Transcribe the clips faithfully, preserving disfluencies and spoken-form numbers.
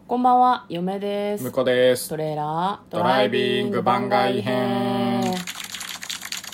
こんばんは、嫁です。 向こうです。 トレーラードドライビング番外編。 はい、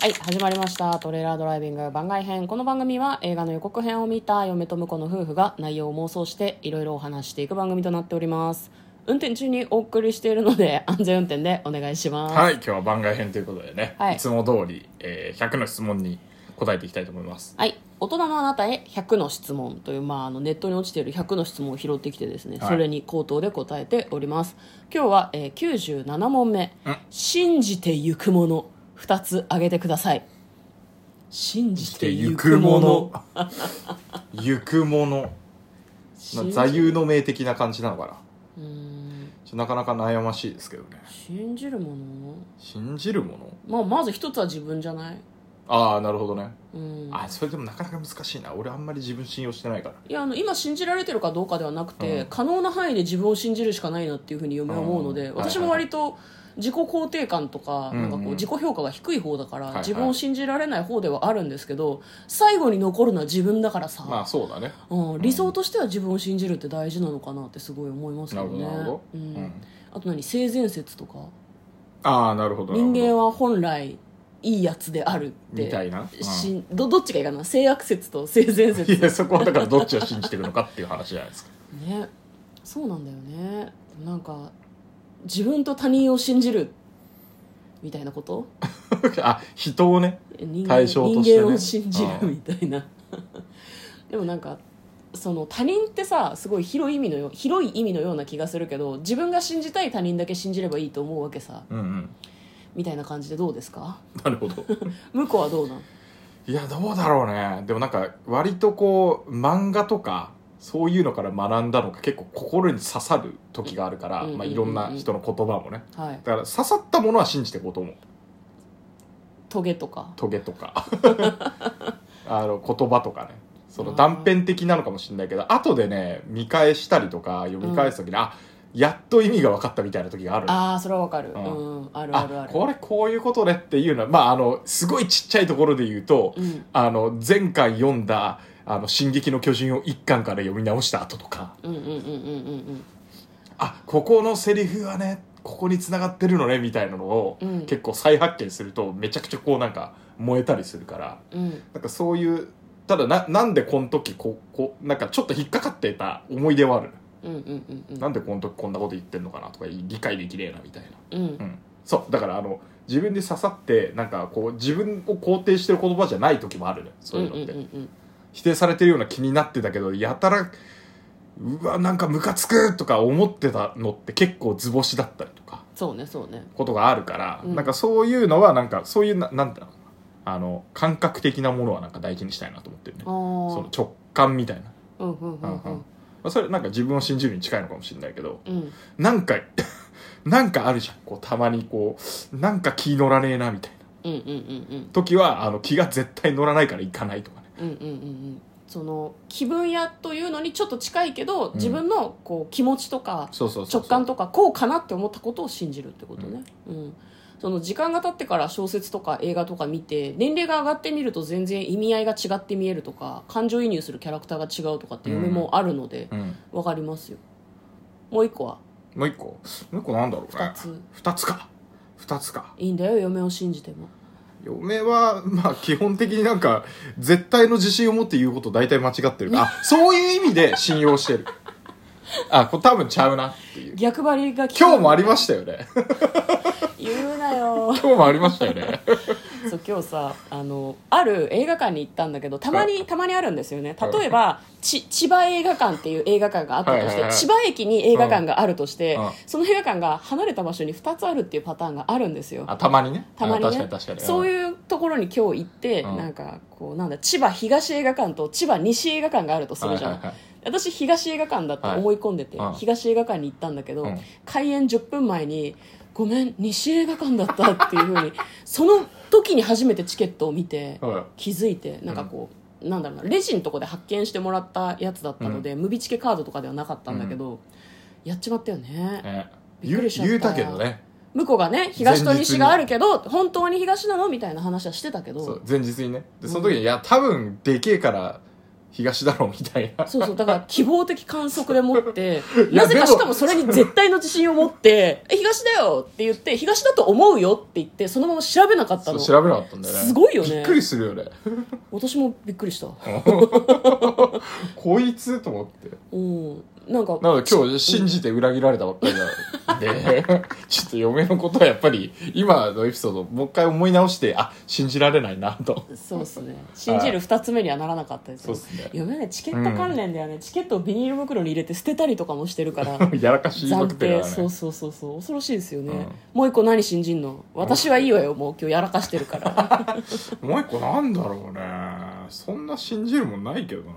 始まりました。トレーラードライビング番外編。この番組は映画の予告編を見た嫁と婿の夫婦が内容を妄想していろいろお話していく番組となっております。運転中にお送りしているので安全運転でお願いします。 はい、今日は番外編ということでね、 はい、 いつも通り、えー、ひゃくの質問に答えていきたいと思います。 はい、大人のあなたへひゃくの質問という、まあ、あのネットに落ちているひゃくの質問を拾ってきてですね、はい、それに口頭で答えております。今日は、えー、きゅうじゅうななもんめ、信じてゆくものふたつ挙げてください。信じてゆくものゆくもの座右の銘的な感じなのかな。 うーん、 ちょなかなか悩ましいですけどね。 信じるもの、 信じるもの、 まあ、まず一つは自分じゃない。 ああ、なるほどね。 うん、 あ、それでもなかなか難しいな。俺あんまり自分信用してないから。 いや、あの今信じられてるかどうかではなくて、 うん、 可能な範囲で自分を信じるしかないなっていうふうに嫁は思うので、うん、私も割と自己肯定感とか、なんかこう自己評価が低い方だから、うんうん、自分を信じられない方ではあるんですけど、最後に残るのは自分だからさ、 まあそうだね、 うん、理想としては自分を信じるって大事なのかなってすごい思いますけどね。 なるほどなるほど、 うんうん、 あと何、性善説とか、 ああ、なるほど、 人間は本来いいやつであるってみたいな、うん、 し ど, どっちがいいかな、性悪説と性善説。 いや、そこはだからどっちを信じてるのかっていう話じゃないですかね。そうなんだよね。なんか自分と他人を信じるみたいなことあ、人をね、 人対象として、ね、 人間を信じるみたいなでもなんかその他人ってさ、すごい広い意味のよ広い意味のような気がするけど、自分が信じたい他人だけ信じればいいと思うわけさ、 うんうん、 みたいな感じでどうですか。 なるほど向こうはどうなん。 いや、どうだろうね。でもなんか割とこう漫画とかそういうのから学んだのが結構心に刺さる時があるから、うんうんうんうん、まあ、いろんな人の言葉もね、はい、だから刺さったものは信じていこうと思う。 トゲとかトゲとかあの言葉とかね、その断片的なのかもしれないけど、後でね見返したりとか読み返す時に、うん、あ、やっと意味が分かったみたいな時がある。 ああ、それは分かる、うんうん、あるあるある。 あ、これこういうことねっていうのは、まあ、あのすごいちっちゃいところで言うと、うん、あの前回読んだあの進撃の巨人をいっかんから読み直した後とか、 うんうんうんうんうん、 あ、ここのセリフはねここに繋がってるのねみたいなのを、うん、結構再発見するとめちゃくちゃこうなんか燃えたりするから、うん、なんかそういう、ただ な, なんでこの時ここなんかちょっと引っかかってた思い出はある、うんうんうんうん、なんでこの時こんなこと言ってんのかなとか理解できねえなみたいな、うんうん、そうだからあの自分で刺さってなんかこう自分を肯定してる言葉じゃない時もあるね、そういうのって、うんうんうんうん、否定されてるような気になってたけど、やたらうわなんかムカつくとか思ってたのって結構図星だったりとか、 そうねそうね、 ことがあるから、うん、なんかそういうのはなんかそういうななんていうの、あの感覚的なものはなんか大事にしたいなと思ってるね。その直感みたいな、うんうんうんうんうん、それなんか自分を信じるに近いのかもしれないけど、うん、なんかなんかあるじゃん、こうたまにこうなんか気乗らねえなみたいな、うんうんうんうん、時はあの気が絶対乗らないから行かないとかね、うんうんうんうん、 その気分屋というのにちょっと近いけど、自分のこう気持ちとか直感とかこうかなって思ったことを信じるってことね、うんうん、その時間が経ってから小説とか映画とか見て年齢が上がってみると全然意味合いが違って見えるとか、感情移入するキャラクターが違うとかっていう夢もあるので、うんうん、分かりますよ。もう一個はもう一個もう一個なんだろうね。 二つ二つか二つかいいんだよ、嫁を信じても。 嫁はまあ基本的になんか絶対の自信を持って言うこと大体間違ってるからあ、そういう意味で信用してるあ、これ多分ちゃうなっていう逆張りが今日もありましたよね言うなよ今日もありましたよねそう、今日さ、あのある映画館に行ったんだけど、たまにたまにあるんですよね。例えばち千葉映画館っていう映画館があったとして、はいはいはい、千葉駅に映画館があるとして、うんうん、その映画館が離れた場所にふたつあるっていうパターンがあるんですよ。 あ、たまにね、 たまにね、 確かに確かに、 そういうところに今日行って、うん、なんかこうなんだ、千葉東映画館と千葉西映画館があるとするじゃん、はいはいはい、私東映画館だと思い込んでて、はい、東映画館に行ったんだけど、うん、開演じゅっぷんまえにごめん西映画館だったっていう風にその時に初めてチケットを見て気づいて、なんかこう、うん、なんだろうな、レジのとこで発見してもらったやつだったので、うん、無備チケカードとかではなかったんだけど、うん、やっちまったよね、えびっくりしちゃった。言うたけどね、 向こうがね、東と西があるけど本当に東なのみたいな話はしてたけど、 そう前日にね、でその時に、うん、いや多分でけえから東だろうみたいな。 そうそう、だから希望的観測でもってなぜかしかもそれに絶対の自信を持ってえ東だよって言って東だと思うよって言ってそのまま調べなかったの。 そう調べなかったんだよね。 すごいよね。 びっくりするよね。 私もびっくりしたこいつと思って。 うんなんかなので今日信じて裏切られたばっかりなんで、ちょっと嫁のことはやっぱり今のエピソードもう一回思い直してあ信じられないなと。 そうですね、信じる二つ目にはならなかったですよ。 そうですね。 嫁ねチケット関連ではね、うん、チケットをビニール袋に入れて捨てたりとかもしてるからやらかしまくってるからね。 そうそうそうそう恐ろしいですよね、うん、もう一個何信じんの。私はいいわよもう今日やらかしてるからもう一個なんだろうね。そんな信じるもんないけどな。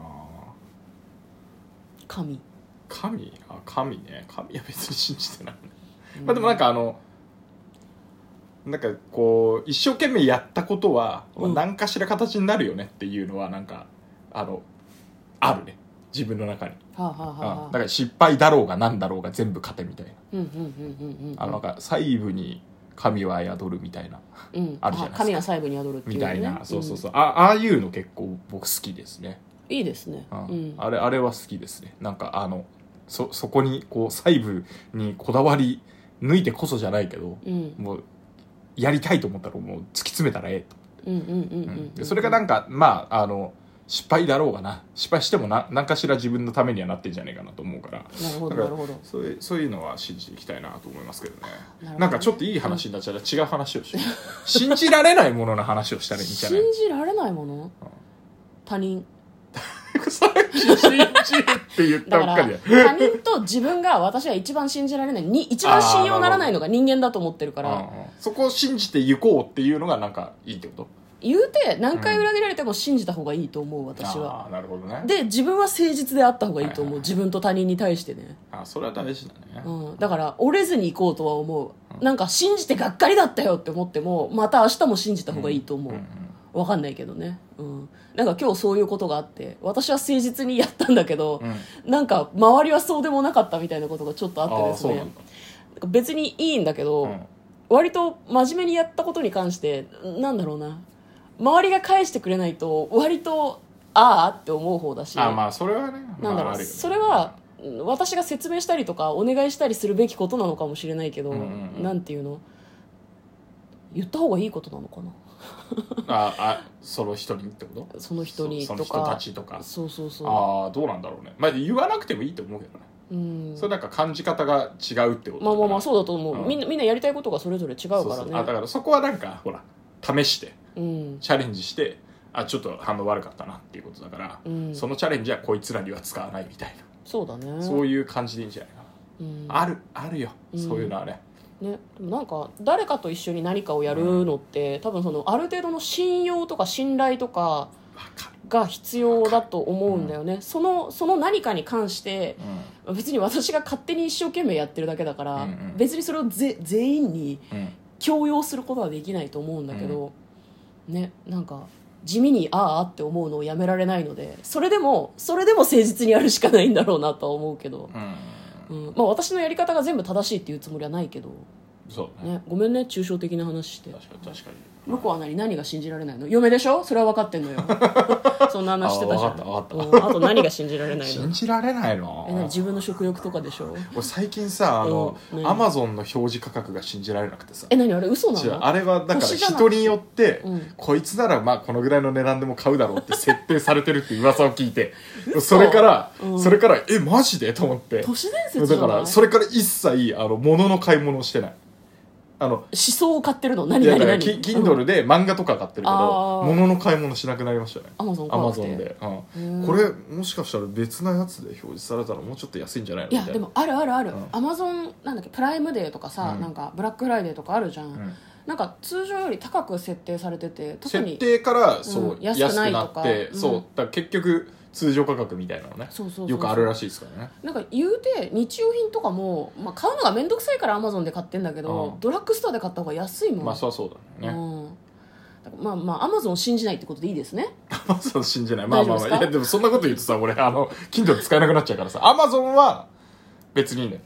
神神あ神ね神は別に信じてない、うん、まあでもなんかあのなんかこう一生懸命やったことは、うん、何かしら形になるよねっていうのはなんかあのあるね自分の中に、 はあはあはあ、 だから失敗だろうが何だろうが全部勝てみたいな、あのなんか細部に神は宿るみたいな、うん、あるじゃないですか。 神は細部に宿るっていう、ね、 みたいなそうそうそう、うん、あ, ああいうの結構僕好きですね。 いいですね、 うんうん、あれあれは好きですね。なんかあのそそこにこう細部にこだわり抜いてこそじゃないけど、うん、もうやりたいと思ったらもう突き詰めたらええと。それがなんかまああの失敗だろうがな失敗してもな何かしら自分のためにはなってんじゃないかなと思うから。 なるほどなるほど。 そういうそういうのは信じていきたいなと思いますけどね。な, なんかちょっといい話になっちゃったら違う話をして信じられないものの話をしたらいいんじゃない。 信じられないもの、うん、他人さっき信じるって言ったばっかりや。 他人と自分が私は一番信じられないに一番信用ならないのが人間だと思ってるから、 そこを信じて行こうっていうのがなんかいいってこと。 言うて何回裏切られても信じた方がいいと思う私は。 あなるほどね。 で自分は誠実であった方がいいと思う、はいはい、自分と他人に対してね。 あそれは大事だね、 うん、だから折れずに行こうとは思う、うん、なんか信じてがっかりだったよって思ってもまた明日も信じた方がいいと思う、うんうんうん、分かんないけどね、うん、なんか今日そういうことがあって私は誠実にやったんだけど、うん、なんか周りはそうでもなかったみたいなことがちょっとあってですね。別にいいんだけど、うん、割と真面目にやったことに関してなんだろうな、周りが返してくれないと割とああって思う方だし、 あまあそれはね、 なんだろう、まあ、それは私が説明したりとかお願いしたりするべきことなのかもしれないけど、うんうんうん、なんていうの言った方がいいことなのかなああその人にってこと？ その人にとかその人たちとか、 そうそうそう、 ああどうなんだろうね。まあ言わなくてもいいと思うけどね。うん、それなんか感じ方が違うってことだから。 まあまあまあそうだと思う、うん、みんなみんなやりたいことがそれぞれ違うからね。そうそう、 あだからそこはなんかほら試して、うん、チャレンジしてあちょっと反応悪かったなっていうことだから、うん、そのチャレンジはこいつらには使わないみたいな。 そうだね。 そういう感じでいいんじゃないかな、うん、あるあるよ、うん、そういうのはね。 ね、でもなんか誰かと一緒に何かをやるのって、うん、多分そのある程度の信用とか信頼とかが必要だと思うんだよね、うん、その、その何かに関して、うん、別に私が勝手に一生懸命やってるだけだから、うんうん、別にそれをぜ全員に強要することはできないと思うんだけど、うん、ね、なんか地味にああって思うのをやめられないので、それでもそれでも誠実にやるしかないんだろうなとは思うけど、うんうん、まあ私のやり方が全部正しいっていうつもりはないけど、 そうね、ごめんね抽象的な話して。 確かに確かに。 向こうは何何が信じられないの？嫁でしょ？それは分かってんのよそんな話してたじゃん。あ、分かった分かった、うん、あと何が信じられないの？ 信じられないの？ え、自分の食欲とかでしょ？ 俺最近さあの、うん、アマゾンの表示価格が信じられなくてさ。 え、何あれ嘘なの？ あれはだから人によって、うん、こいつならまあこのぐらいの値段でも買うだろうって設定されてるって噂を聞いてそれから、うん、それからえマジでと思って。 都市伝説じゃない？ だからそれから一切あの物の買い物をしてない。あの思想を買ってるの？何何何？ Kindle で漫画とか買ってるけど、物の買い物しなくなりましたね。 アマゾンアマゾンで、うん、これもしかしたら別なやつで表示されたらもうちょっと安いんじゃないの？ いやでもあるあるある、うん、アマゾンなんだっけプライムデーとかさ、うん、なんかブラックフライデーとかあるじゃん、うん、なんか通常より高く設定されてて、特に設定からそう、うん、 安くないとか、 安くなって、うん、そうだから結局通常価格みたいなのね、 そうそうそうそう、 よくあるらしいですからね。なんか言うて日用品とかも、まあ、買うのが面倒くさいからアマゾンで買ってんだけど、うん、ドラッグストアで買った方が安いもん。 まあそりゃそうだね、うん、 だからまあまあアマゾンを信じないってことでいいですね。 アマゾン信じない、まあまあまあ、いやでもそんなこと言うとさ俺あの Kindle 使えなくなっちゃうからさ、アマゾンは別にいいね。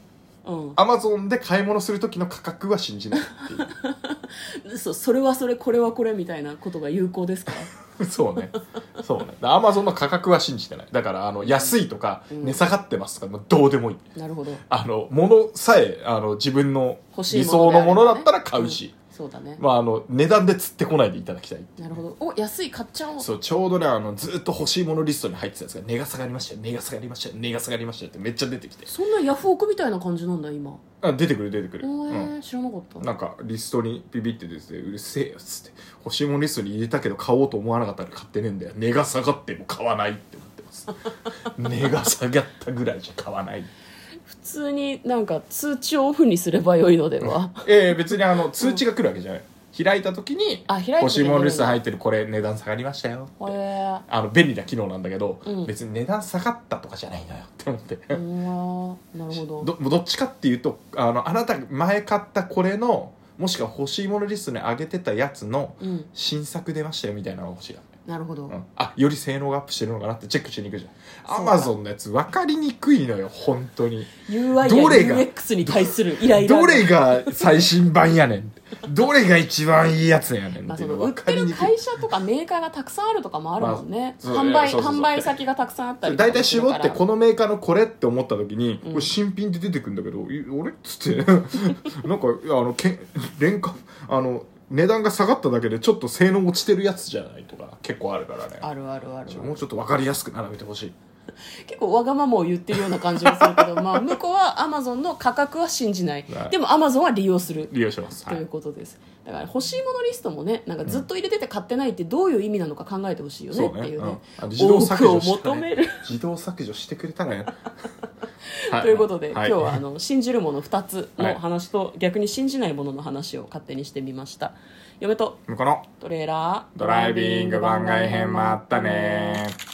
アマゾンで買い物する時の価格は信じないっていうそ, それはそれこれはこれみたいなことが有効ですかそうねそうねアマゾンの価格は信じてない。だからあの安いとか値下がってますとか、もうどうでもいい。 なるほど。 あの物さえあの自分の理想のものだったら買うし、 そうだね。 まあ、あの値段で釣ってこないでいただきたい。 なるほど。お、安い買っちゃおう。 そう、ちょうどねあのずっと欲しいものリストに入ってたやつが値が下がりましたよ値が下がりましたよ値が下がりましたよってめっちゃ出てきて。 そんなヤフオクみたいな感じなんだ今。 あ出てくる出てくる。 えーうん、 知らなかった。 なんかリストにビビって出ててうるせえよっつって欲しいものリストに入れたけど買おうと思わなかったら買ってねえんだよ。値が下がっても買わないって思ってます値が下がったぐらいじゃ買わない。 普通になんか通知をオフにすればよいのではええ別にあの通知が来るわけじゃない、開いた時にあ開いた時に欲しいものリスト入ってるこれ値段下がりましたよって、 へーあの便利な機能なんだけど、 うん、 別に値段下がったとかじゃないのよって思ってうーんなるほど。 どどっちかっていうとあのあなたが前買ったこれのもしくは欲しいものリストに上げてたやつのうん新作出ましたよみたいなのが欲しいよね。 なるほど、 うん、あより性能がアップしてるのかなってチェックしに行くじゃん。アそうかマゾンのやつ分かりにくいのよ本当に。 ユーアイ やどれがユーエックス に対するイライラどれが最新版やねんどれが一番いいやつやねんまあ、 っていのそうの売ってる会社とかメーカーがたくさんあるとかもあるもんね、 まあそう販売そうそうそう販売先がたくさんあったりとか大体絞ってこのメーカーのこれって思った時に、 うんこれ新品で出てくるんだけどい俺っつってなんかいやあのけ廉価あの値段が下がっただけでちょっと性能落ちてるやつじゃないとか結構あるからね。 あるあるあるもうちょっと分かりやすく並べてほしい。 結構わがままを言ってるような感じはするけどまあ向こうはアマゾンの価格は信じない、 はい、 でもアマゾンは利用する利用します、 ということです、はい、だから欲しいものリストもねなんかずっと入れてて買ってないってどういう意味なのか考えてほしいよねっていうね、 うん、自動削除多くを求める自動削除してくれたらやということで、 はい、 今日はあの信じるものふたつの話と、はい、逆に信じないものの話を勝手にしてみました。嫁と向こうのトレーラードライビング番外編もあったね。